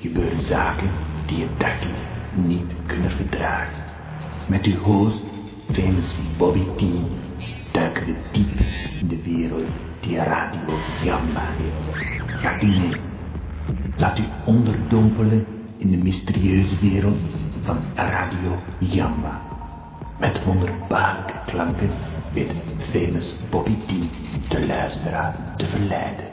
gebeuren zaken die je dagelijks niet kunnen verdragen. Met uw host, famous Bobby T, duiken we diep in de wereld die Radio Jamba heeft. Gaat u mee? Laat u onderdompelen in de mysterieuze wereld van Radio Jamba. Met wonderbaarlijke klanken weet famous Bobby T de luisteraar te verleiden.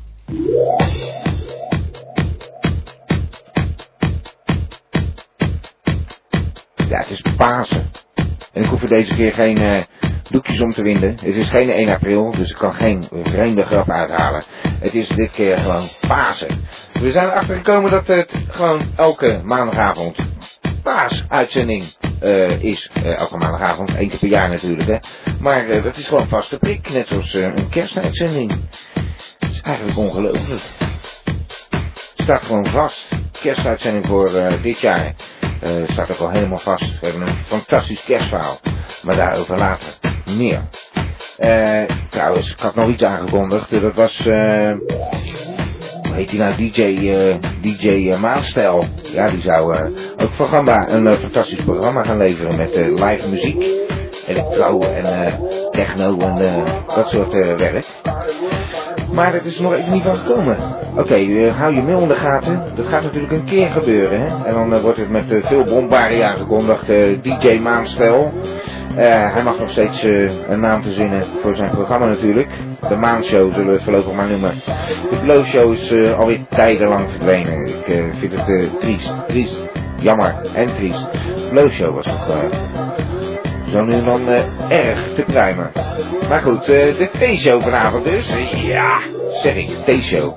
Ja, het is Pasen. En ik hoef er deze keer geen doekjes om te winden. Het is geen 1 april, dus ik kan geen vreemde grap uithalen. Het is dit keer gewoon Pasen. We zijn erachter gekomen dat het gewoon elke maandagavond paasuitzending is. Elke maandagavond, 1 keer per jaar natuurlijk, hè. Maar dat is gewoon vaste prik, net zoals een kerstuitzending. Het is eigenlijk ongelooflijk. Het staat gewoon vast. Kerstuitzending voor dit jaar. Staat ook al helemaal vast. We hebben een fantastisch kerstverhaal. Maar daarover later meer. Trouwens, ik had nog iets aangekondigd. Dat was... hoe heet die nou? DJ Maanstijl. Ja, die zou ook voor Gamba een fantastisch programma gaan leveren. Met live muziek. Electro en techno en dat soort werk. Maar dat is er nog even niet van gekomen. Oké, hou je mail in de gaten. Dat gaat natuurlijk een keer gebeuren, hè. En dan wordt het met veel bombardie aangekondigd. DJ Maanstijl. Hij mag nog steeds een naam verzinnen voor zijn programma natuurlijk. De Maanshow zullen we het voorlopig maar noemen. De Blow Show is alweer tijdenlang verdwenen. Ik vind het triest. Jammer en triest. De Blow Show was nog zo nu en dan erg te pruimen. Maar goed, de T-show vanavond dus. Ja, zeg ik, T-show.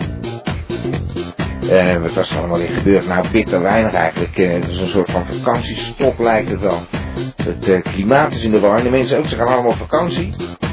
Wat was er allemaal weer gebeurd? Nou, bitter weinig eigenlijk. Het is een soort van vakantiestop lijkt het dan. Het klimaat is in de war. De mensen ook, ze gaan allemaal op vakantie.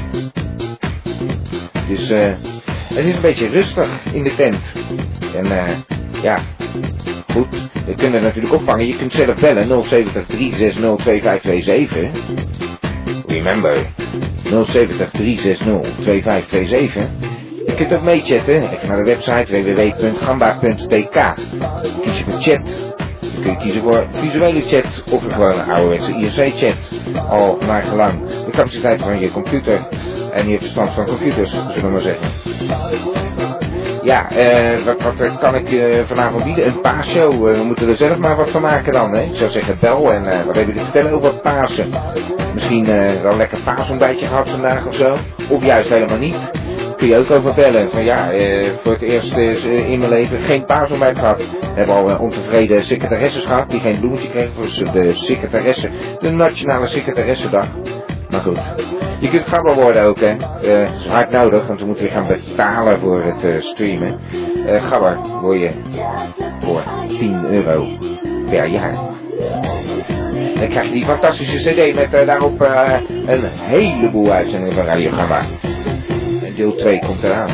Dus het is een beetje rustig in de tent. En ja, goed. We kunnen het natuurlijk opvangen. Je kunt zelf bellen 070 360 2527. Remember 070 360 2527. Je kunt ook meechatten. Even naar de website www.gamba.tk. Kies je voor chat. Dan kun je kiezen voor visuele chat of gewoon een ouderwetse IRC-chat. Al naar gelang de capaciteit van je computer en je verstand van computers, zullen we maar zeggen. Ja, wat kan ik vanavond bieden? Een paasshow. We moeten er zelf maar wat van maken dan, hè. Ik zou zeggen bel en wat hebben we te vertellen over Pasen? Misschien wel een lekker paasontbijtje gehad vandaag of zo. Of juist helemaal niet. Kun je ook over bellen. Van ja, voor het eerst in mijn leven geen paasontbijt gehad. We hebben al ontevreden secretaresses gehad die geen bloemetje kregen voor de secretaresse. De Nationale Secretaressendag. Maar goed. Je kunt gabber worden ook, hè. Dat is hard nodig, want we moeten weer gaan betalen voor het streamen. Gabber word je voor €10 per jaar. Dan krijg je die fantastische cd met daarop een heleboel uitzendingen van Radio Gamba. En deel 2 komt eraan.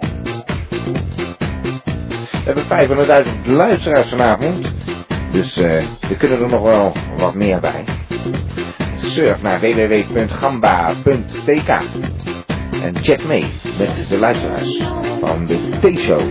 We hebben 500.000 luisteraars vanavond. Dus er kunnen er nog wel wat meer bij. Surf naar www.gamba.tk en chat mee met de luisteraars van de T-show.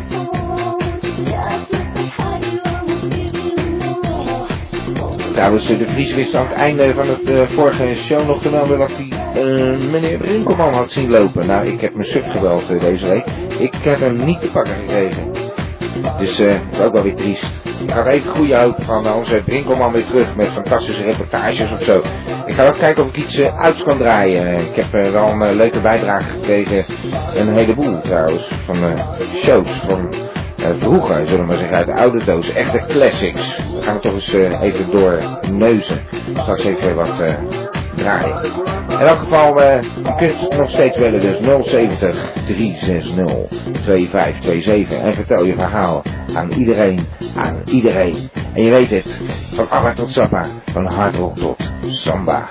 Trouwens, de Vries wist aan het einde van het vorige show nog te melden dat hij meneer Brinkelman had zien lopen. Nou, ik heb mijn sub gebeld deze week. Ik heb hem niet te pakken gekregen. Dus dat is ook wel weer triest. Ik had even goede hoop van onze Brinkelman weer terug met fantastische reportages of zo. Ik ga ook kijken of ik iets uit kan draaien. Ik heb wel een leuke bijdrage gekregen. Een heleboel trouwens. Van shows van vroeger, zullen we maar zeggen, uit de oude doos. Echte classics. We gaan het toch eens even doorneuzen. Straks even wat draaien. In elk geval, je kunt nog steeds bellen, dus 070 360 2527. En vertel je verhaal aan iedereen. En je weet het, van ABBA tot Zappa, van hardrock tot samba.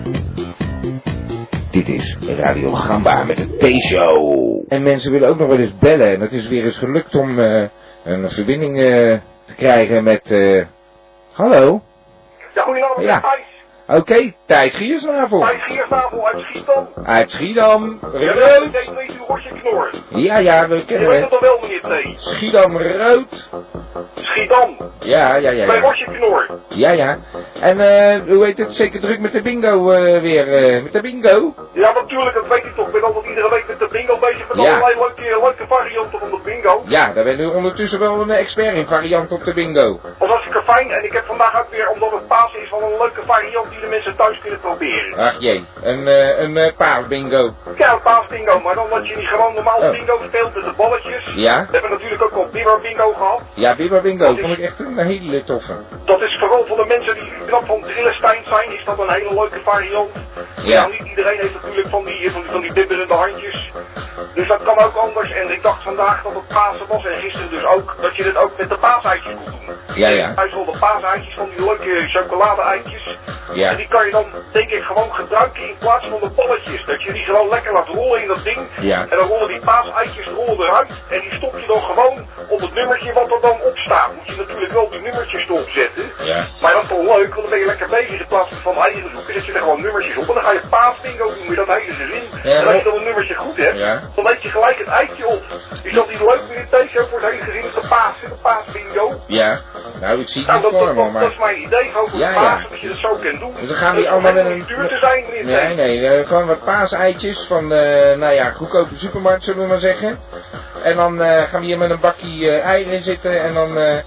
Dit is Radio Gamba met de T-show. En mensen willen ook nog wel eens bellen. En het is weer eens gelukt om een verbinding te krijgen met... Hallo? Ja, goedenavond, ja. Oké, Thijs Giersnavel. Thijs Giersnavel uit Schiedam. Uit Schiedam, Ja, rood. weet u Rosje Knor. Ja, we Je kennen weet het het. al wel, meneer T. Schiedam, rood. Schiedam. Ja. Bij Rosje Knor. Ja. En hoe heet het? Zeker druk met de bingo weer. Met de bingo? Ja, natuurlijk, dat weet u toch. Ik ben altijd iedere week met de bingo bezig met Ja. allerlei leuke varianten van de bingo. Ja, daar ben u ondertussen wel een expert in, variant op de bingo. Dat was hartstikke fijn en ik heb vandaag ook weer, omdat het Pasen is, wel een leuke variant die de mensen thuis kunnen proberen. Ach jee, een paasbingo. Ja, een paasbingo, maar dan dat je niet gewoon normaal bingo speelt met de balletjes. Ja? We hebben natuurlijk ook al Bibber bingo gehad. Ja, Bibber bingo vond ik echt een hele toffe. Dat is vooral voor de mensen die knap van Trillestein zijn, is dat een hele leuke variant. Ja, niet iedereen heeft natuurlijk van die bibberende handjes. Dus dat kan ook anders. En ik dacht vandaag dat het Pasen was en gisteren dus ook, dat je dit ook met de paaseitjes kon doen. Ja. Thuis wel de paaseitjes van die leuke chocolade-eitjes. Ja. En die kan je dan, denk ik, gewoon gebruiken in plaats van de balletjes. Dat je die gewoon lekker laat rollen in dat ding. Ja. En dan rollen die paaseitjes eruit. En die stop je dan gewoon op het nummertje wat er dan op staat. Moet je natuurlijk wel die nummertjes erop zetten. Ja. Maar dat is toch leuk, want dan ben je lekker bezig in plaats van eigen zoeken. Zet je er gewoon nummertjes op. En dan ga je paasbingo doen met dat hele gezin. Ja, en als je dan een nummertje goed hebt, dan weet je gelijk het eitje op. Is dat niet leuk met een teken voor het hele gezin te pasen, de paasbingo? Ja, nou ik zie het Nou, niet voor me, maar... dat is mijn idee gewoon voor Pasen, dat je dat zo kunt doen. Dus dan gaan we allemaal met een... duur te zijn, Nee, gewoon wat paaseitjes van, goedkope supermarkt zullen we maar zeggen. En dan gaan we hier met een bakje eieren zitten en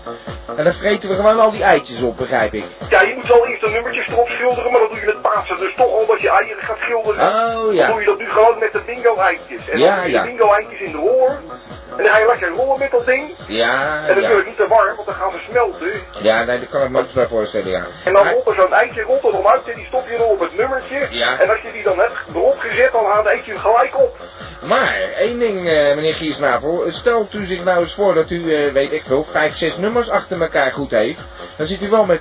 dan vreten we gewoon al die eitjes op, begrijp ik. Ja, je moet wel eerst de nummertjes erop schilderen, maar dat doe je met Pasen dus toch al dat je eieren gaat schilderen. Oh ja. Dan doe je dat nu gewoon met de bingo-eitjes. En dan doe je de bingo-eitjes in de roller. En dan ga je lekker rollen met dat ding. Ja, en natuurlijk niet te warm, want dan gaan ze smelten. Ja, nee, dat kan ik me ook bij voorstellen, ja. En dan rolt er zo'n eitje rond erom uit en die stop je dan op het nummertje. Ja. En als je die dan hebt erop gezet, dan haalt eet je hem gelijk op. Maar, één ding, meneer Giersnavel. Stelt u zich nou eens voor dat u, weet ik veel, 5, 6 nummers achter elkaar goed heeft. Dan zit u wel met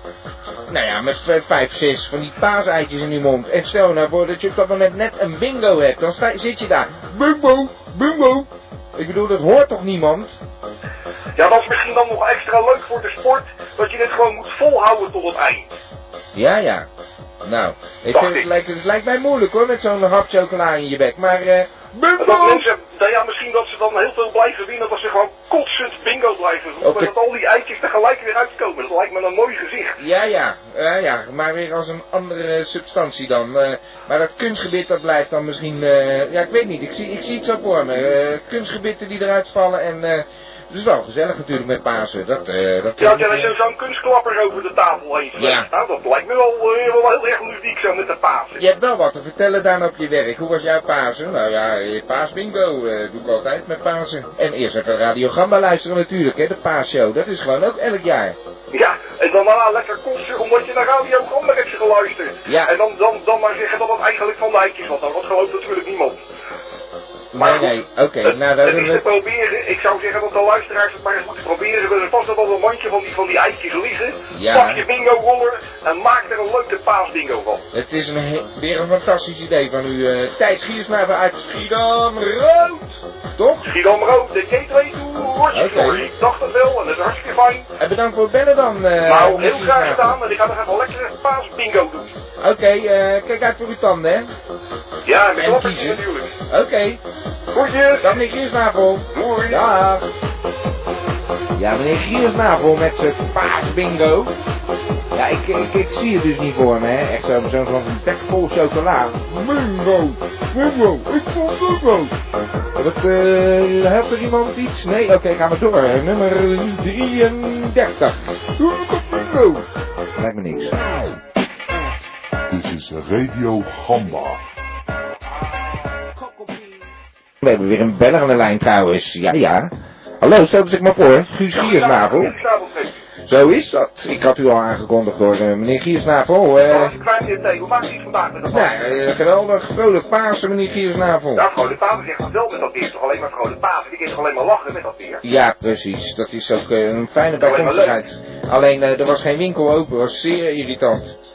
5, 6 van die paaseitjes in uw mond. En stel nou voor dat je op dat moment net een bingo hebt. Dan zit je daar. Bingo. Ik bedoel, dat hoort toch niemand? Ja, dat is misschien dan nog extra leuk voor de sport. Dat je dit gewoon moet volhouden tot het eind. Ja. Nou, het lijkt mij moeilijk hoor, met zo'n hap chocola in je bek. Maar, bingo! Dat mensen, misschien dat ze dan heel veel blijven winnen, dat ze gewoon kotsend bingo blijven roepen. En dat al die eitjes tegelijk weer uitkomen. Dat lijkt me een mooi gezicht. Ja, maar weer als een andere substantie dan. Maar dat kunstgebit dat blijft dan misschien, ik weet niet, ik zie het zo voor me. Kunstgebitten die eruit vallen en... Het is wel gezellig natuurlijk met Pasen. Dat je zo'n kunstklapper over de tafel heen sleept. Ja. Nou, dat lijkt me wel heel erg ludiek zo met de Pasen. Je hebt wel wat te vertellen daar op je werk. Hoe was jouw Pasen? Nou ja, paasbingo doe ik altijd met Pasen. En eerst even Radio Gamba luisteren natuurlijk, hè, de paasshow. Dat is gewoon ook elk jaar. Ja, en dan maar lekker kotsen omdat je naar Radio Gamba hebt geluisterd. Ja. En dan maar zeggen dat het eigenlijk van de eitjes was. Nou, dat gelooft natuurlijk niemand. Nee, oké. Nou, dat is te proberen. Ik zou zeggen dat de luisteraars het maar eens moeten proberen. Ze hebben vast wel een mandje van die eitjes liggen. Ja. Pak je bingo-roller en maak er een leuke paasbingo van. Het is weer een fantastisch idee van u. Thijs Giersnavel uit Schiedam Rood. Toch? Schiedam Rood, de gateway to Rochefort. Ik dacht het wel en dat is hartstikke fijn. En bedankt voor het bellen dan. Nou, heel graag gedaan en ik ga nog even lekker paasbingo doen. Oké, kijk uit voor uw tanden, hè. Ja, met klappertje natuurlijk. Oké. Groetjes. Dag meneer Giersnavel. Doei. Dag. Ja, meneer Giersnavel met zijn paasbingo. Ja, ik zie het dus niet voor me, hè. Echt zo'n bek vol chocola. Bingo. Ik vond het wel. Helpt er iemand iets? Nee? Oké, gaan we door. Nummer 33. Bingo. Lijkt me niks. Dit is Radio Gamba. We hebben weer een beller aan de lijn trouwens. Ja. Hallo, stel zich maar voor. Guus Giersnavel. Zo is dat. Ik had u al aangekondigd door meneer Giersnavel. Hoe maakt u het vandaag met dat paas? Geweldig. Vrolijk Pasen, meneer Giersnavel. Ja, vrolijk Pasen zegt het wel met dat weer. Toch alleen maar vrolijk Pasen. Ik kan toch alleen maar lachen met dat weer. Ja, precies. Dat is ook een fijne bijkomstigheid. Alleen, er was geen winkel open. Dat was zeer irritant.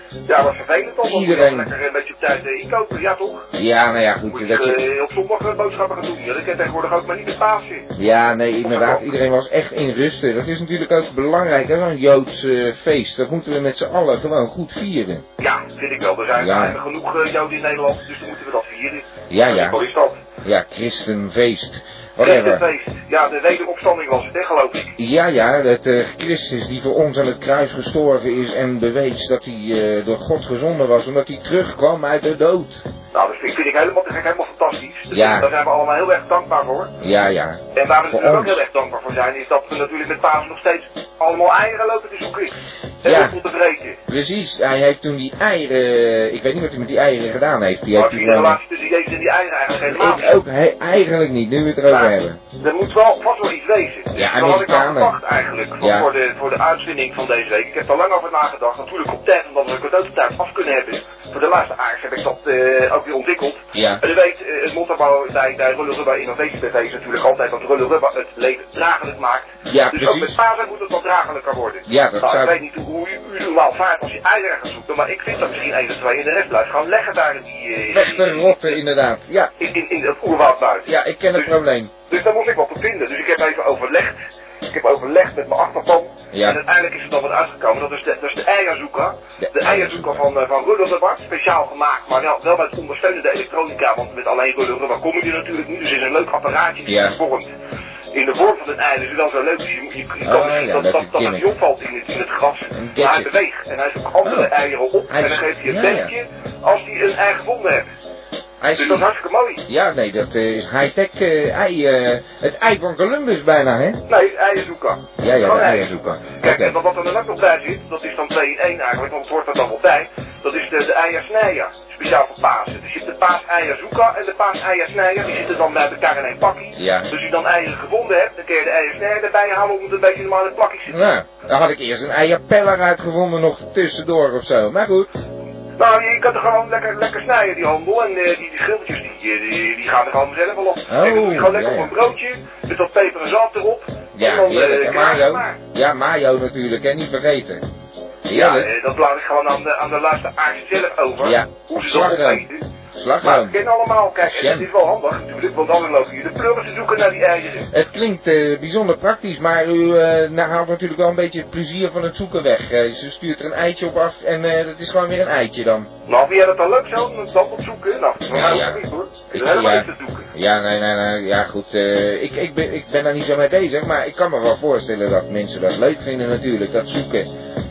Ja, wat vervelend dan. Iedereen. Lekker een beetje op tijd inkopen, ja toch? Ja, nou ja, goed. Moet Dat je... je op zondag boodschappen gaan doen. Ja, dat kan tegenwoordig ook maar niet met Pasen. Ja, nee, inderdaad. Iedereen was echt in rusten. Dat is natuurlijk ook belangrijk, hè, zo'n Joods feest. Dat moeten we met z'n allen gewoon goed vieren. Ja, vind ik wel. Er zijn genoeg Joden in Nederland, dus dan moeten we dat vieren. Ja. Wat is dat? Ja, christenfeest. Christenfeest. Ja, de wederopstanding was het, hè, geloof ik. Ja, het Christus die voor ons aan het kruis gestorven is en bewees dat hij door God gezonden was, omdat hij terugkwam uit de dood. Nou, dat vind ik helemaal te gek, helemaal fantastisch. Dus ja. Daar zijn we allemaal heel erg dankbaar voor. Ja. En waar we natuurlijk ook heel erg dankbaar voor zijn, is dat we natuurlijk met Pasen nog steeds allemaal eieren lopen te zoeken. En op te breken. Precies. Hij heeft toen die eieren, ik weet niet wat hij met die eieren gedaan heeft. Die heeft die relatie tussen Jezus en die eieren eigenlijk helemaal niet. Ik ook eigenlijk niet, nu we het erover hebben. Er moet vast wel iets wezen. Ja, dat had ik al gedacht eigenlijk, voor de uitzending van deze week. Ik heb er lang over nagedacht, natuurlijk op tijd, omdat we het ook op tijd af kunnen hebben. Voor de laatste aards heb ik dat ook weer ontwikkeld. Ja. En u weet, het motto bij Rulle Rubber Innovatie TV is natuurlijk altijd dat Rulle Rubber het leven draaglijk maakt. Ja, dus precies. ook met Pasen moet het wat draaglijker worden. Ja, dat ik weet niet hoe u normaal vaart als je eieren gaat zoeken, maar ik vind dat misschien 1 of 2 in de rest blijft. Gewoon leggen daar in die... Weg te rotten, inderdaad. Ja. In het oerwoud buiten. Ja, ik ken het probleem. Dus daar moest ik wat op vinden. Dus ik heb even overlegd. Ik heb overlegd met mijn achterban. Ja. En uiteindelijk is er dan wat uitgekomen. Dat is de eierzoeker. De eierzoeker van Rulle Rubber. Speciaal gemaakt, maar wel met ondersteunende elektronica. Want met alleen Rulle Rubber kom je er natuurlijk niet. Dus het is een leuk apparaatje die vormt. In de vorm van een ei, dus wel zo leuk. Je kan dat het niet opvalt in het gras. Maar hij beweegt. En hij zoekt andere eieren op. En dan geeft hij een tentje als hij een ei gevonden heeft. Dus dat is hartstikke mooi. Ja, nee, dat is high-tech ei. Het ei van Columbus bijna, hè? Nee, eierzoeker. Ja, de eierzoeker. Kijk, en wat er dan ook nog bij zit, dat is dan 2 in 1 eigenlijk, want het hoort er dan wel bij. Dat is de eiersnijer, speciaal voor Pasen. Dus je hebt de paaseierzoeker en de paaseiersnijer, die zitten dan bij elkaar in 1 pakje. Ja. Dus als je dan eieren gevonden hebt, dan kun je de eiersnijer erbij halen om het een beetje normaal in plakjes zitten. Nou, dan had ik eerst een eierpeller uitgevonden nog tussendoor of zo, maar goed. Nou, je kan er gewoon lekker snijden, die handel. En die schildertjes, die gaan er gewoon zelf wel op. En dan doe je gewoon lekker op een broodje, met wat peper en zout erop. Ja, en dan en mayo. Ja, mayo natuurlijk, hè, niet vergeten. Heerlijk. Ja, dat laat ik gewoon aan de laatste aardse zelf over. Ja. Hoe ze dat opeten. Slagroom. Maar we kennen allemaal, kijk, en het is wel handig natuurlijk, want dan lopen hier de pleuren te zoeken naar die eieren. Het klinkt bijzonder praktisch, maar u haalt natuurlijk wel een beetje het plezier van het zoeken weg. Ze stuurt er een eitje op af en dat is gewoon weer een eitje dan. Nou, vind jij dat dan leuk zo, dat op zoeken? Nou, dat is niet hoor. Het is helemaal niet te zoeken. Ja, nee, ja goed, ik ben daar niet zo mee bezig, maar ik kan me wel voorstellen dat mensen dat leuk vinden natuurlijk, dat zoeken.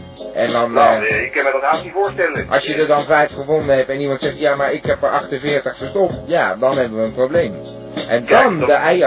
En dan, ik kan me dat haast niet voorstellen. Als je er dan 5 gevonden hebt en iemand zegt, ja maar ik heb er 48 verstopt, ja, dan hebben we een probleem. En dan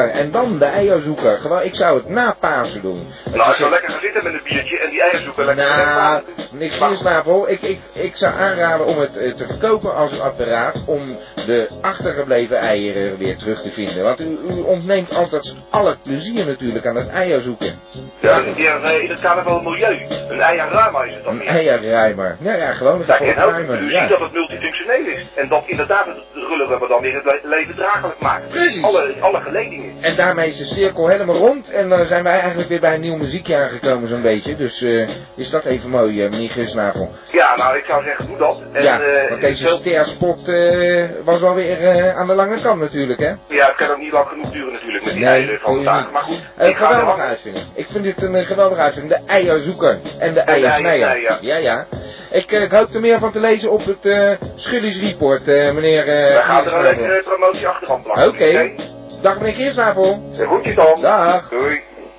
de eierzoeker. Gewoon, ik zou het na Pasen doen. Nou, ik zou lekker gaan zitten met een biertje en die eierzoeker lekker gaan niks Giersnavel. Ik zou aanraden om het te verkopen als een apparaat om de achtergebleven eieren weer terug te vinden. Want u ontneemt altijd al het plezier natuurlijk aan het eierzoeken. Ja, in het kader van het milieu. Een eierruimer is het dan. Een eierruimer. Ja, gewoon een ruimer. U ziet dat het multifunctioneel is. En dat inderdaad het rullenrubber dan weer het leven draaglijk maakt. Precies. Alle geledingen. En daarmee is de cirkel helemaal rond. En dan zijn wij eigenlijk weer bij een nieuw muziekje aangekomen zo'n beetje. Dus is dat even mooi, meneer Grisnavel. Ja, nou ik zou zeggen, doe dat. En, want deze sterspot was wel weer aan de lange kant natuurlijk, hè? Ja, het kan ook niet lang genoeg duren natuurlijk met die eieren van vandaag. Maar goed. Een geweldige uitvinding. Ik vind dit een geweldige uitvinding. De eierzoeker en de eiersnijer. Ja. Ik hoop er meer van te lezen op het Schuddies Report, meneer. We gaan er een lekkere promotie achteraan plakken. Oké. Dag meneer Giersnavel. Groetjes dan. Dag. Doei.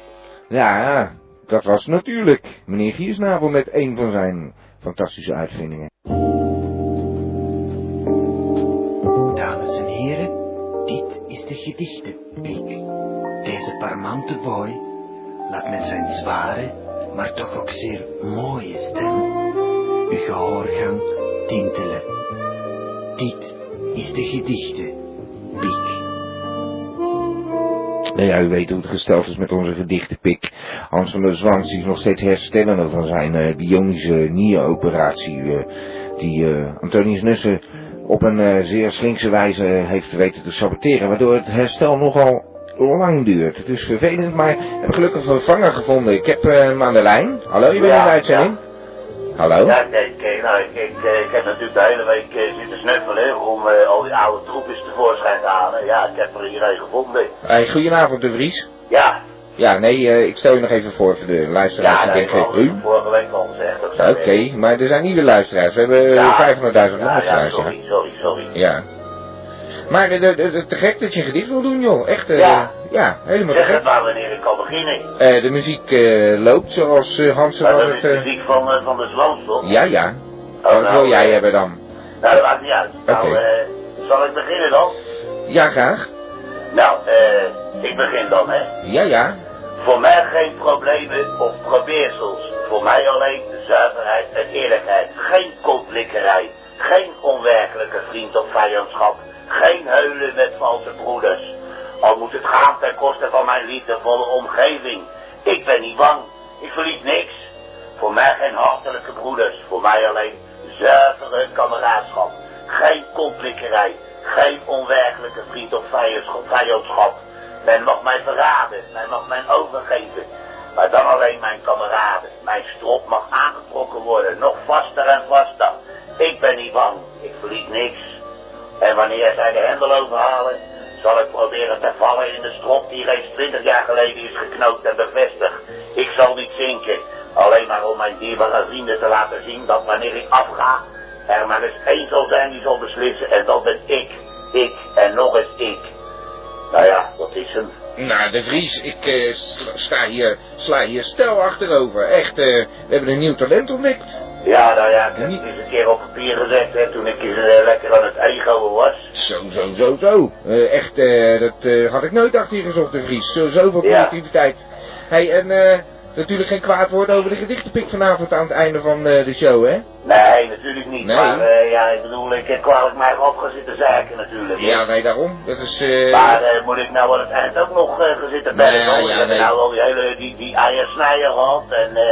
Ja, dat was natuurlijk meneer Giersnavel met een van zijn fantastische uitvindingen. Dames en heren, dit is de gedichtenpiek. Deze parmante boy laat met zijn zware, maar toch ook zeer mooie stem uw gehoorgang tintelen. Dit is de gedichtenpiek. Nou ja, u weet hoe het gesteld is met onze gedichtenpik. Hans van der Zwans is nog steeds herstellende van zijn bionische nieroperatie. Die Antonius Nussen op een zeer slinkse wijze heeft weten te saboteren. Waardoor het herstel nogal lang duurt. Het is vervelend, maar ik heb gelukkig een vervanger gevonden. Ik heb hem aan de lijn. Hallo, je bent in de uitzending? Hallo? Ja, kijk, nou, ik heb natuurlijk de hele week zitten snuffelen om al die oude troepjes tevoorschijn te halen. Ja, ik heb er hier een gevonden. Hey, goedenavond, de Vries. Ja. Ja, nee, ik stel je nog even voor de luisteraars. Ja, die denken, ik vorige week al gezegd. Oké, maar er zijn nieuwe luisteraars. We hebben 500.000 luisteraars. Sorry. Ja. Maar te gek dat je een gedicht wil doen, joh. Echt, ja, helemaal te zeg gek. het maar wanneer ik kan beginnen. De muziek loopt zoals Hans er dat is de muziek van de Zwans, toch? Ja. Oh, wat wil jij hebben dan? Nou, dat maakt niet uit. Okay. Nou, zal ik beginnen dan? Ja, graag. Nou, ik begin dan, hè? Ja. Voor mij geen problemen of probeersels. Voor mij alleen zuiverheid en eerlijkheid. Geen kotlikkerij. Geen onwerkelijke vriend of vijandschap. Geen heulen met valse broeders. Al moet het gaan ten koste van mijn liefdevolle omgeving. Ik ben niet bang. Ik verlies niks. Voor mij geen hartelijke broeders. Voor mij alleen zuivere kameraadschap. Geen kotlikkerij. Geen onwerkelijke vriend of vijandschap. Men mag mij verraden. Men mag mij overgeven. Maar dan alleen mijn kameraden. Mijn strop mag aangetrokken worden. Nog vaster en vaster. Ik ben niet bang. Ik verlies niks. En wanneer zij de hendel overhalen, zal ik proberen te vallen in de strop die reeds 20 jaar geleden is geknoopt en bevestigd. Ik zal niet zinken. Alleen maar om mijn dierbare vrienden te laten zien dat wanneer ik afga, er maar eens één zal zijn die zal beslissen. En dat ben ik. Ik en nog eens ik. Nou ja, dat is hem. Nou, de Vries, ik sla hier stel achterover. Echt, we hebben een nieuw talent ontdekt. Ja, nou ja, ik heb het eens een keer op papier gezet, hè, toen ik eens lekker aan het egoen was. Zo. Echt, dat had ik nooit achter je gezocht, de Vries. Zoveel creativiteit. Hey, en natuurlijk geen kwaad woord over de gedichtenpik vanavond aan het einde van de show, hè? Nee, natuurlijk niet. Nee. Maar ja, ik bedoel, ik heb kwalijk mij op gaan zitten zeiken natuurlijk. Ja, nee, daarom. Dat is... Maar moet ik nou aan het eind ook nog gaan zitten bellen? Nee, nee. Nou al die hele, die eiersnijer gehad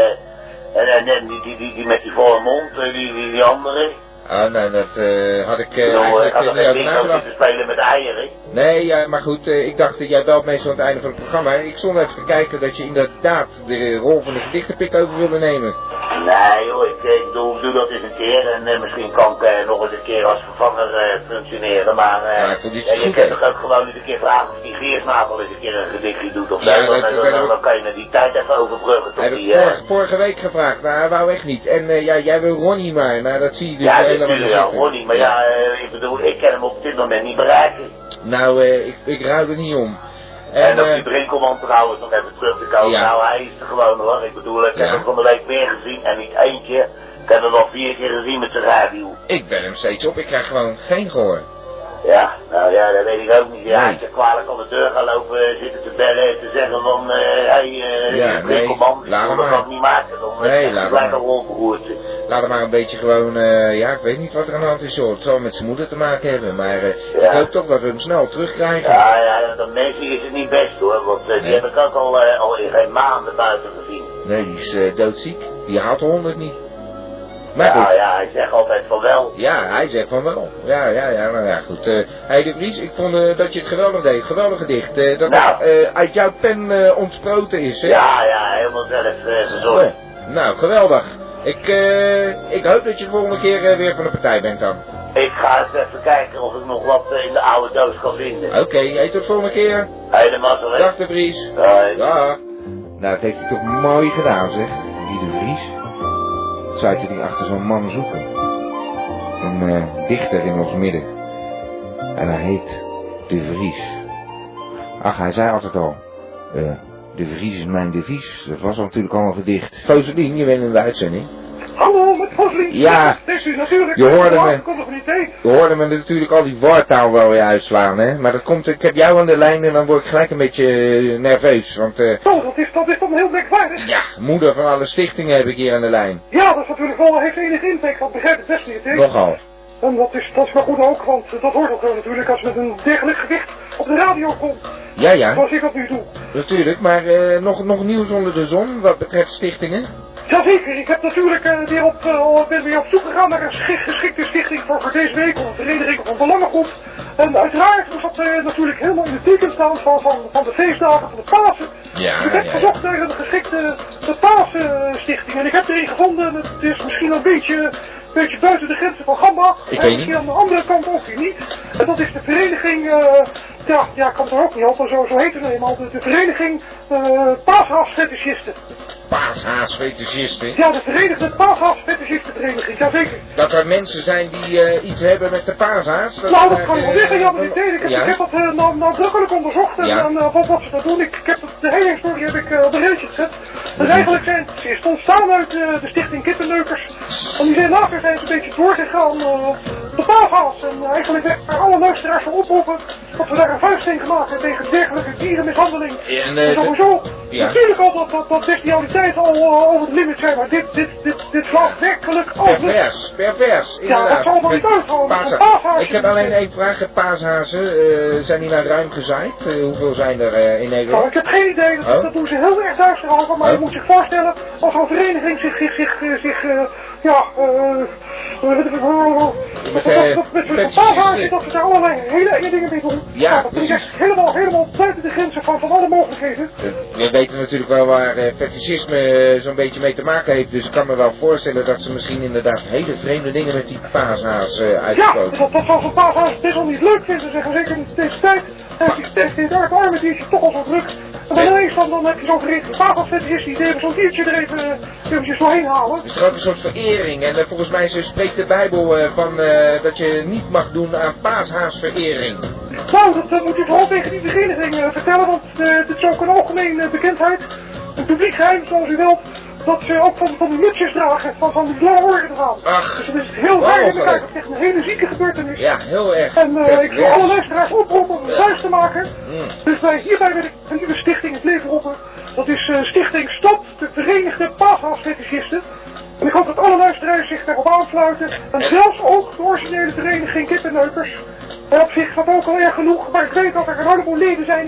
en die met die volle mond, die andere. Oh, nee, dat had ik eigenlijk niet over nagedacht. Te spelen met eieren. Nee, ja, maar goed, ik dacht dat jij belt meestal aan het einde van het programma. Ik stond even te kijken dat je inderdaad de rol van de gedichtenpik over wilde nemen. Nee joh, ik doe dat eens een keer en misschien kan ik nog eens een keer als vervanger functioneren, maar je kunt toch ook gewoon eens een keer vragen of die Geersnagel eens een keer een gedichtje doet of zo, dan kan je die tijd even overbruggen tot die... vorige week gevraagd, nou hij wou echt niet. En ja, jij wil Ronnie maar, nou dat zie je dus helemaal niet. Ja, Ronnie, maar ja, ik bedoel, ik kan hem op dit moment niet bereiken. Nou, ik ruil er niet om. En op die Brinkelman trouwens nog even terug te komen. Ja. Nou, hij is er gewoon hoor. Ik bedoel, ik heb hem van de week weer gezien en niet één keer. Ik heb hem al 4 keer gezien met zijn radio. Ik ben hem steeds op, ik krijg gewoon geen gehoor. Ja, nou ja, dat weet ik ook niet. Ja, ik heb kwalijk aan de deur gaan lopen zitten te bellen en te zeggen van, Brinkelman, ik wil dat niet maken. Dan blijft een rolberoerte. Laat hem maar een beetje gewoon, ja, ik weet niet wat er aan de hand is, joh. Het zal met zijn moeder te maken hebben, maar ik hoop toch dat we hem snel terugkrijgen. Ja, dat mensen is het niet best hoor, want die heb ik ook al in geen maanden buiten gezien. Nee, die is doodziek. Die haalt de 100 niet. Maar ja, hij zegt altijd van wel. Ja, hij zegt van wel. Ja, nou ja, goed. Hey de Vries, ik vond dat je het geweldig deed. Geweldig gedicht. Dat het uit jouw pen ontsproten is, hè? Ja, helemaal zelf verzorgd. Nou, geweldig. Ik hoop dat je de volgende keer weer van de partij bent dan. Ik ga eens even kijken of ik nog wat in de oude doos kan vinden. Oké, tot de volgende keer. Helemaal, hè? Dag de Vries. Hoi. Dag. Nou, dat heeft hij toch mooi gedaan, zeg. Die de Vries. Zou je die achter zo'n man zoeken? Een dichter in ons midden. En hij heet De Vries. Ach, hij zei altijd al. De Vries is mijn devies. Dat was natuurlijk al een gedicht. Foselien, je bent in de uitzending. Hallo, met Foselien. Ja. Dit is natuurlijk. Je hoorde me natuurlijk al die woordtaal wel weer uitslaan, hè. Maar dat komt, ik heb jou aan de lijn en dan word ik gelijk een beetje nerveus, want... dat is dan heel merkwaardig. Ja, moeder van alle stichtingen heb ik hier aan de lijn. Ja, dat is natuurlijk wel, heeft enige impact, dat begrijp ik best niet, hè. Nogal. En dat is maar goed ook, want dat hoort ook wel natuurlijk als met een dergelijk gedicht op de radio komt. Ja. Zoals ik dat nu doe. Natuurlijk, maar nog nieuws onder de zon wat betreft stichtingen? Jazeker, ik heb natuurlijk ben weer op zoek gegaan naar een geschikte stichting voor deze week, of een vereniging of een belangengroep. En uiteraard was dat natuurlijk helemaal in het teken staan van de feestdagen van de Pasen. Ja, Dus ik heb gezocht naar een geschikte Pasenstichting. En ik heb erin gevonden, het is misschien een beetje buiten de grenzen van Gamba. Ik weet misschien aan de andere kant ook weer niet. En dat is de vereniging, ja, ik kan het er ook niet op, zo heet het eenmaal. De vereniging Paashaasfetischisten. Paashaasfetischisten? Ja, de Verenigde Paashaasfetischistenvereniging, jazeker. Dat er mensen zijn die iets hebben met de paashaas? Nou, dat kan ik wel zeggen, ja, maar ik heb dat nadrukkelijk onderzocht en wat ze dat doen. Ik heb de hele historie op een rijtje gezet. Dus eigenlijk is het ontstaan uit de stichting Kippenneukers. En die zijn later zijn ze een beetje doorgegaan de paashaas. En eigenlijk werd er alle luisteraars van oproepen dat we daar een vuiststeen gemaakt hebben tegen dergelijke dierenmishandeling. En sowieso, natuurlijk al dat bestialiteit al over het limit zijn, maar dit slaat werkelijk af. Pervers, inderdaad. Ja, dat zal wel niet uithouden. Ik heb alleen één vraag, paashazen, zijn die nou ruim gezaaid? Hoeveel zijn er in Nederland? Nou, ik heb geen idee, dat doen ze heel erg duister over, maar je moet zich voorstellen, als een vereniging zich met paashazen, dat ze daar allerlei hele enge dingen mee doen. Ja, dat is echt helemaal buiten de grenzen van alle mogelijkheden. We weten natuurlijk wel waar fetischisme zo'n beetje mee te maken heeft, dus ik kan me wel voorstellen dat ze misschien inderdaad hele vreemde dingen met die paashaas uitgesproken. Ja, dat zal zo'n paashaas best wel niet leuk vinden, zeggen zeker in deze tijd. Die arme diertje toch al zo druk. En dan ineens dan heb je zo'n verenigde paashaasfetischist die even zo'n diertje er eventjes doorheen halen. Het is toch ook een soort verering en volgens mij spreekt de Bijbel van dat je niet mag doen aan paashaasverering. Nou, dat moet u vooral tegen die vereniging vertellen, want dit is ook een algemeen bekendheid. Een publiek geheim, zoals u wilt, dat ze ook van die mutsjes dragen, van die lange oren dragen. Ach, dus het is heel raar in elkaar, het is echt een hele zieke gebeurtenis. Ja, heel erg. En ik wil alle luisteraars oproepen om het thuis te maken. Dus hierbij wil ik een nieuwe stichting het leven roepen. Dat is Stichting Stop de Verenigde Paashaasfetischisten. En ik hoop dat alle luisteraars zich daarop aansluiten. En zelfs ook de originele vereniging Kippenneukers. En op zich is dat ook al erg genoeg, maar ik weet dat er een heleboel leden zijn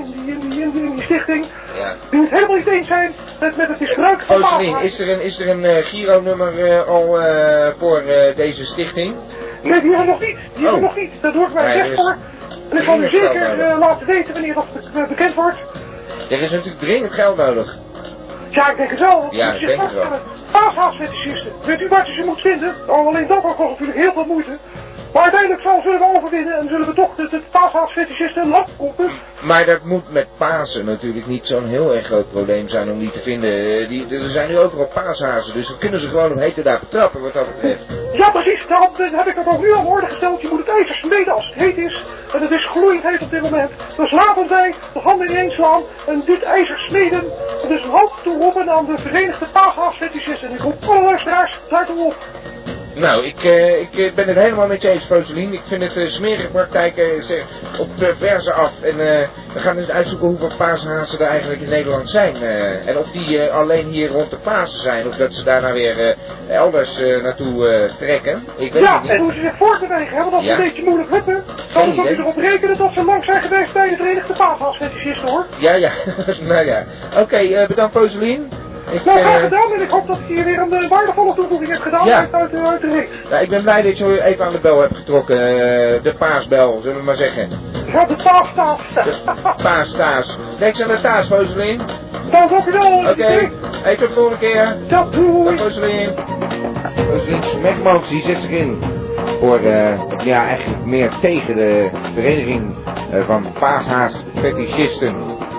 in die stichting. Ja. Die het helemaal niet eens zijn met het misbruik van paashaas. Is er een Giro-nummer al voor deze stichting? Nee, die hebben we nog niet. Daar doe ik mij recht voor. En ik zal u zeker laten weten wanneer dat bekend wordt. Er is natuurlijk dringend geld nodig. Ja, ik denk het wel. Ja, ik denk het wel. Paashaasfetischisten. Weet u wat je ze moet vinden? Alleen dat kost natuurlijk heel veel moeite. Maar uiteindelijk zullen we overwinnen en zullen we toch de paashaasfetischisten een lap kopen. Maar dat moet met Pasen natuurlijk niet zo'n heel erg groot probleem zijn om die te vinden. Er zijn nu overal paashazen, dus dan kunnen ze gewoon op hete dagen trappen wat dat betreft. Ja, precies. Daarom heb ik dat ook nu aan de orde gesteld. Je moet het ijzer smeden als het heet is. En het is gloeiend heet op dit moment. Dus laten wij de handen ineens slaan en dit ijzer smeden. En dus een hoop toeroepen aan de Verenigde Paashaasfetischisten. En ik roep alle luisteraars daartoe op. Nou, ik ben het helemaal met je eens, Foselien. Ik vind het smerige praktijken op perverse af. En we gaan eens uitzoeken hoeveel paashazen er eigenlijk in Nederland zijn. En of die alleen hier rond de Pasen zijn, of dat ze daarna weer elders naartoe trekken. Ik weet het niet. En hoe ze zich voortbewegen, want dat is een beetje moeilijk lukken. Dan moet je erop rekenen dat ze lang zijn geweest bij de Verenigde Paashaasfetischisten, hoor. Ja, nou ja. Oké, bedankt, Foselien. Graag gedaan en ik hoop dat je hier weer een waardevolle toevoeging hebt gedaan uit de ring. Nou, ik ben blij dat je even aan de bel hebt getrokken. De paasbel, zullen we maar zeggen. Ja, de paastaas. De paastaas. Niks aan de taas, Foselien. Dank u wel. Oké, tot de volgende keer. Ja, doei. Dag, Foselien. Foselien Smekmans, die zet zich in voor, eigenlijk meer tegen de vereniging van paashaas-fetischisten.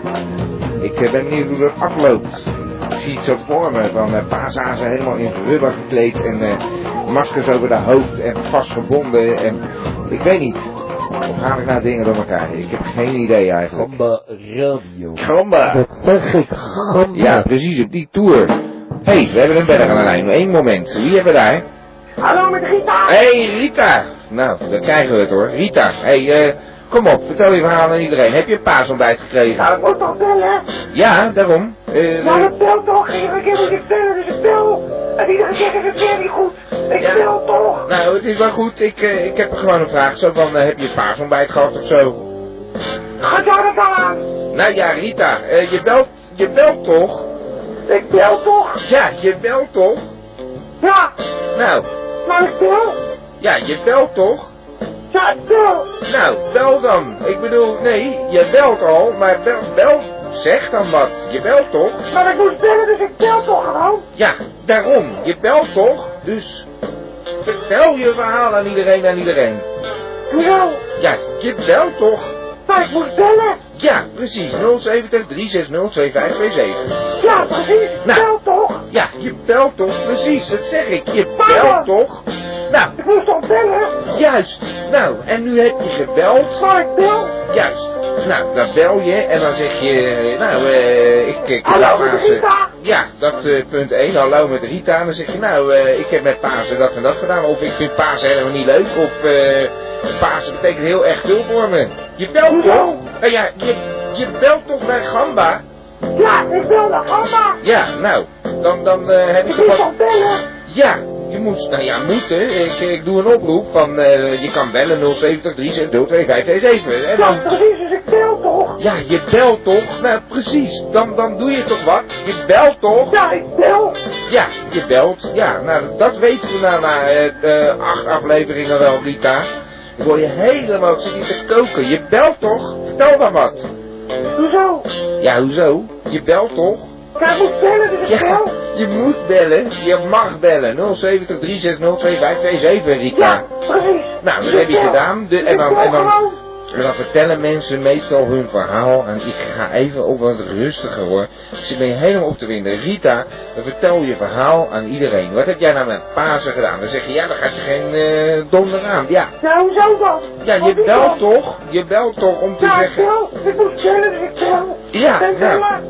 Ik ben benieuwd hoe dat afloopt. Ik zie het zo voor me van paashazen helemaal in rubber gekleed en maskers over de hoofd en vastgebonden en ik weet niet. Of haal ik nou dingen door elkaar? Ik heb geen idee eigenlijk. Gamba Radio. Gamba! Dat zeg ik, Gamba. Ja, precies, op die tour. Hé, we hebben een berg aan de lijn. Eén moment. Wie hebben we daar? Hallo, met Rita. Hé, Rita! Nou, dan krijgen we het hoor. Rita, kom op, vertel je verhaal aan iedereen. Heb je een paasontbijt gekregen? Nou, ik moet toch bellen? Ja, daarom. Nou, dat belt toch. Iedere keer moet ik bellen, dus ik bel. En iedere keer is het weer niet goed. Ik bel toch. Nou, het is wel goed. Ik heb er gewoon een vraag. Zo van, heb je een paasontbijt gehad of zo? Gaat jou dat aan? Nou ja, Rita, je belt toch? Ik bel toch? Ja, je belt toch? Ja. Nou. Nou, ik bel. Ja, je belt toch? Ja, ik bel. Nou, bel dan. Ik bedoel, nee, je belt al, maar bel, zeg dan wat. Je belt toch? Maar ik moest bellen, dus ik bel toch gewoon. Ja, daarom. Je belt toch? Dus vertel je verhaal aan iedereen. Hoezo? Ja, je belt toch? Maar ik moest bellen. Ja, precies. 070 360 2527. Ja, precies. Ik Nou. bel toch? Ja, je belt toch? Precies, dat zeg ik. Je belt toch? Nou, Ik moest toch bellen? juist. Nou, en nu heb je gebeld. Maar ik bel. Juist. Nou, dan bel je en dan zeg je, nou, ik Hallo, met Rita. Ja, dat punt 1, hallo met Rita. En dan zeg je, nou, ik heb met Pasen dat en dat gedaan. Of ik vind Pasen helemaal niet leuk. Of Pasen betekent heel erg veel voor me. Je belt toch? Nou ja, je belt toch naar Gamba? Ja, ik bel naar Gamba. Ja, nou, dan heb Ik ik moest toch wat... toch bellen? Ja, je moet, nou ja, moeten. Ik doe een oproep van, je kan bellen 070 360 2527. En Ja, dan... precies, dus ik bel toch? Ja, je belt toch? Nou, precies. Dan doe je toch wat? Je belt toch? Ja, ik bel. Ja, je belt. Ja, nou, dat weten we nou na 8 afleveringen wel, Rita. Dan word je helemaal, ik zit hier te koken. Je belt toch? Vertel dan wat. Hoezo? Ja, hoezo? Je belt toch? Ja, ik moet bellen, dus ik Ja, bel. je moet bellen. Je mag bellen. 070 360 2527, Rita. Ja, precies. Nou, dat Dus heb je ik bel. gedaan. Dus ik bel gewoon. En dan vertellen mensen meestal hun verhaal. En ik ga even op wat rustiger hoor. Dus ik ben je helemaal op te winden. Rita, dan vertel je verhaal aan iedereen. Wat heb jij nou met Pasen gedaan? Dan zeg je, ja, dan gaat je geen donder aan. Ja. Ja, hoezo dan? Ja, je Wat is belt dat? toch? Je belt toch om te Ja, ik zeggen... bel. Ik moet bellen, dus ik bel. Ja, Ik ben nou. bellen.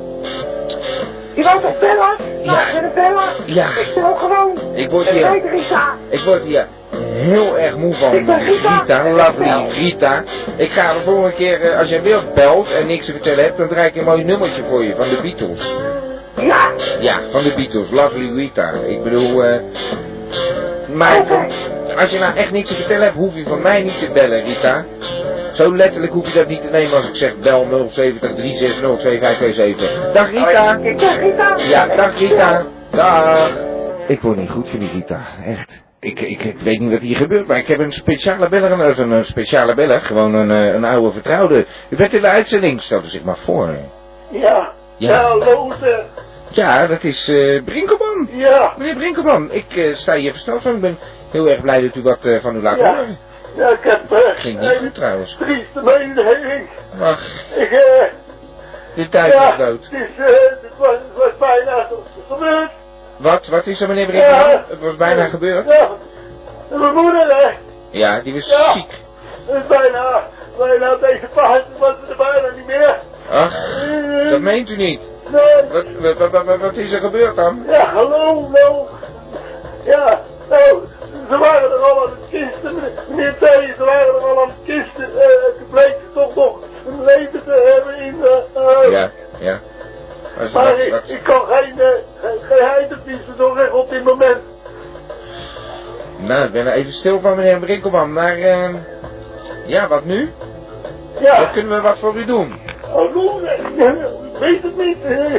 Je wou toch bellen? Nou, Ja. ik ben bellen. Ja. Ik bel gewoon. Ik word Ik hier... weet Rita. Ik word hier heel erg moe van. Ik ben Rita. Lovely Rita. Ik ga de volgende keer, als jij weer belt en niks te vertellen hebt, dan draai ik een mooi nummertje voor je van de Beatles. Ja. Ja, van de Beatles, Lovely Rita. Ik bedoel, maar Oké. als je nou echt niks te vertellen hebt, hoef je van mij niet te bellen, Rita. Zo letterlijk hoef je dat niet te nemen als ik zeg bel 070 360 2527. Dag Rita. Ik ben Rita. Ja, dag Rita. Dag. Ik word niet goed van die Rita, echt. Ik weet niet wat hier gebeurt, maar ik heb een speciale beller, een speciale beller, gewoon een oude vertrouwde. U bent in de uitzending, stel u zich maar voor. Ja. Ja. Hallo zeg. Ja, dat is Brinkelman. Ja. Meneer Brinkelman, ik sta hier versteld van. Ik ben heel erg blij dat u wat van u laat Ja. horen. Ja, ik heb Ging niet goed trouwens. trieste mededeling. Ach, Ik, de tijd ja, is dood. het was bijna gebeurd. Wat is er meneer Brinkelman? Ja. Het was bijna gebeurd. Ja. En mijn moeder, hè. Ja, die was Ja. ziek. Het is bijna deze paard was er bijna niet meer. Ach, dat meent u niet. Nee. Wat is er gebeurd dan? Ja, hallo. Ja, nou, ze waren er al aan het kisten, meneer T, ze waren er al aan het kisten. Het bleek toch nog een leven te hebben in Ja. Maar ik kan geen heidenpiezen doen echt op dit moment. Nou, ik ben er even stil van meneer Brinkelman, maar ja, wat nu? Ja. Wat kunnen we wat voor u doen? Hallo, ik weet het niet.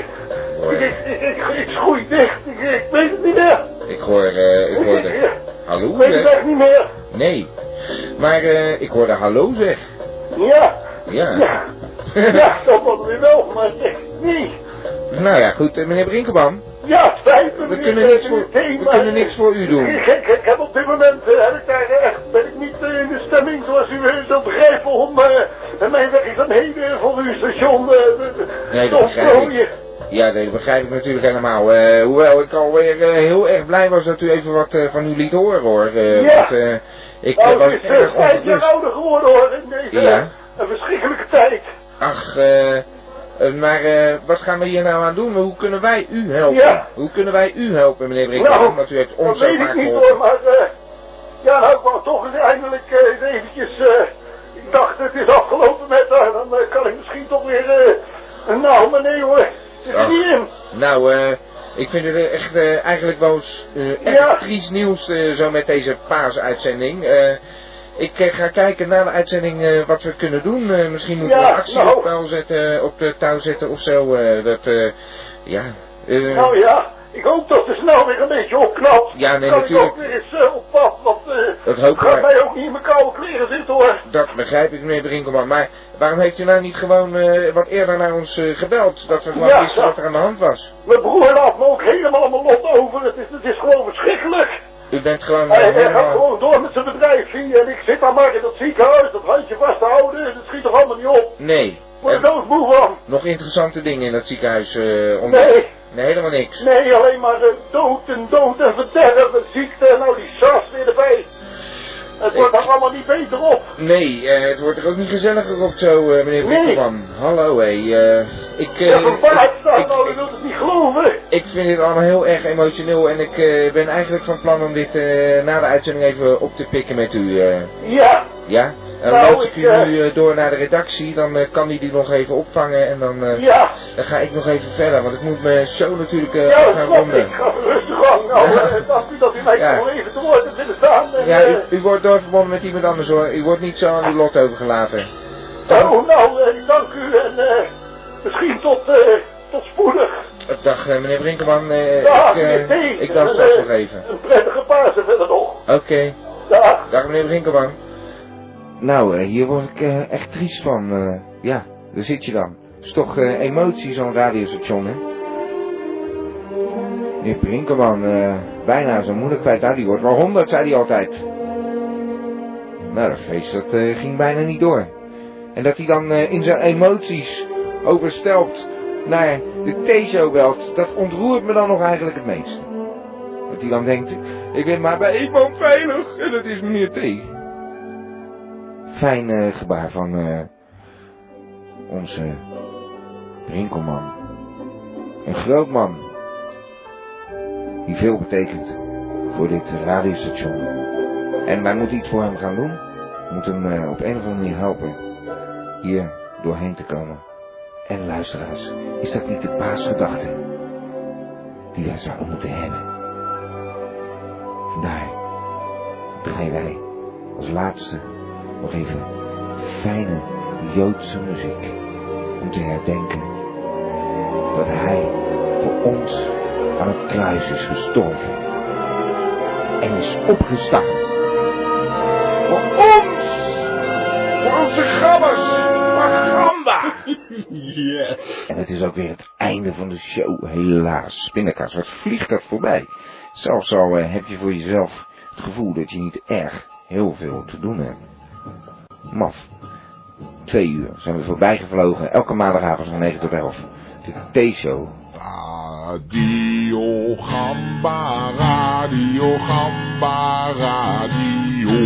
Ik schoei dicht, ik weet het niet meer. Ik hoorde... Hallo? Ik weet het zeg. echt niet meer. Nee. Maar ik hoorde hallo zeg. Ja. Ja. Ja, dat was weer wel, maar zeg niet. Nou ja, goed, meneer Brinkelman. Ja, spijt me. We kunnen niks voor u doen. Ik heb op dit moment, ben ik niet in de stemming zoals u zult begrijpen om mijn werkzaamheden voor uw station Nee, te dat begrijp ik. ontplooien. Ja, nee, dat begrijp ik natuurlijk helemaal. Hoewel ik alweer heel erg blij was dat u even wat van u liet horen hoor. Ja. Want, ik Nou, was het is erg 5 jaar ongerust. ouder geworden hoor, in deze Ja. een verschrikkelijke tijd. Ach, maar wat gaan we hier nou aan doen? Hoe kunnen wij u helpen? Ja. Hoe kunnen wij u helpen, meneer Brinkelman? Nou, Want u heeft dat ons zo weet ik vaak niet geholpen. hoor, maar ja, nou, ik wou toch eens eindelijk eventjes, ik dacht het is afgelopen met haar, dan kan ik misschien toch weer, nou maar nee hoor, zit er Ach. niet in. Nou, ik vind het echt eigenlijk wel echt Ja. triest nieuws zo met deze paasuitzending. Ik ga kijken na de uitzending wat we kunnen doen. Misschien moeten we Ja, een actie nou. op de touw zetten of zo. Ja. Nou ja, Ik hoop dat de snel weer een beetje opknapt. Ja, nee, kan natuurlijk. ik ook weer eens op pad, want dat hoop gaat ik. mij ook niet in mijn koude kleren zitten hoor. Dat begrijp ik, meneer Brinkelman. Maar waarom heeft u nou niet gewoon wat eerder naar ons gebeld? Dat we gewoon wisten wat er aan de hand was. Mijn broer laat me ook helemaal mijn lot over. Het is gewoon verschrikkelijk. U bent gewoon Hij gaat gewoon door met zijn bedrijf hier. En ik zit daar maar in dat ziekenhuis, dat handje vast te houden. Dat schiet toch allemaal niet op. Nee. Ik word er doodmoe van. Nog interessante dingen in dat ziekenhuis Nee. Nee, helemaal niks. Nee, alleen maar dood en verderf en ziekte en nou die SARS weer erbij. Het wordt er allemaal niet beter op. Nee, het wordt er ook niet gezelliger op zo, meneer Brinkelman. Hallo, ik wil het niet geloven. Ik vind dit allemaal heel erg emotioneel en ik ben eigenlijk van plan om dit na de uitzending even op te pikken met u. Ja. Ja? En dan loop ik u nu door naar de redactie, dan kan die nog even opvangen en dan, dan ga ik nog even verder, want ik moet mijn show natuurlijk gaan ronden. Ik ga rustig aan. Nou, dank u dat u mij gewoon even te woord hebt willen staan. En, u wordt doorverbonden met iemand anders hoor, u wordt niet zo aan uw lot overgelaten. Nou, dank u en misschien tot spoedig. Dag meneer Brinkelman, ik dacht straks nog even. Een prettige Pasen verder nog. Oké. Dag meneer Brinkelman. Nou, hier word ik echt triest van. Ja, daar zit je dan. Het is toch emotie zo'n radiostation, hè? Meneer Brinkelman, bijna zijn moeder kwijt. Nou, die wordt wel 100, zei hij altijd. Nou, dat feest dat ging bijna niet door. En dat hij dan in zijn emoties overstelpt naar de T-show belt, dat ontroert me dan nog eigenlijk het meest. Dat hij dan denkt, ik ben maar bij iemand veilig en dat is meneer T. Fijn gebaar van onze Brinkelman. Een groot man. Die veel betekent voor dit radiostation. En wij moeten iets voor hem gaan doen. We moeten hem op een of andere manier helpen hier doorheen te komen. En luisteraars, is dat niet de paasgedachte die wij zouden moeten hebben? Vandaar draaien wij als laatste nog even fijne Joodse muziek om te herdenken dat hij voor ons aan het kruis is gestorven en is opgestaan. Voor ons! Voor onze gabbers! Voor Gamba! Yes! En het is ook weer het einde van de show, helaas. Spinnenkaas, wat vliegt dat voorbij? Zelfs al heb je voor jezelf het gevoel dat je niet erg heel veel te doen hebt. Maf. 2 uur zijn we voorbij gevlogen. Elke maandagavond van 9 tot 11. De T-show. Radio Gamba, Radio Gamba, Radio.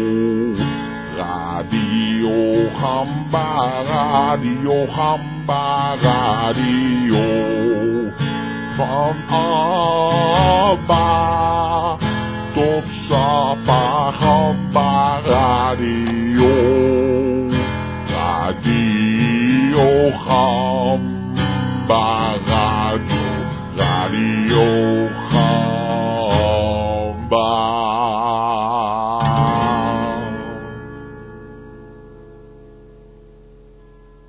Radio Gamba, Radio Gamba, Radio. Van Abba tot Sapa Gamba, Radio. Radio Gamba, Radio.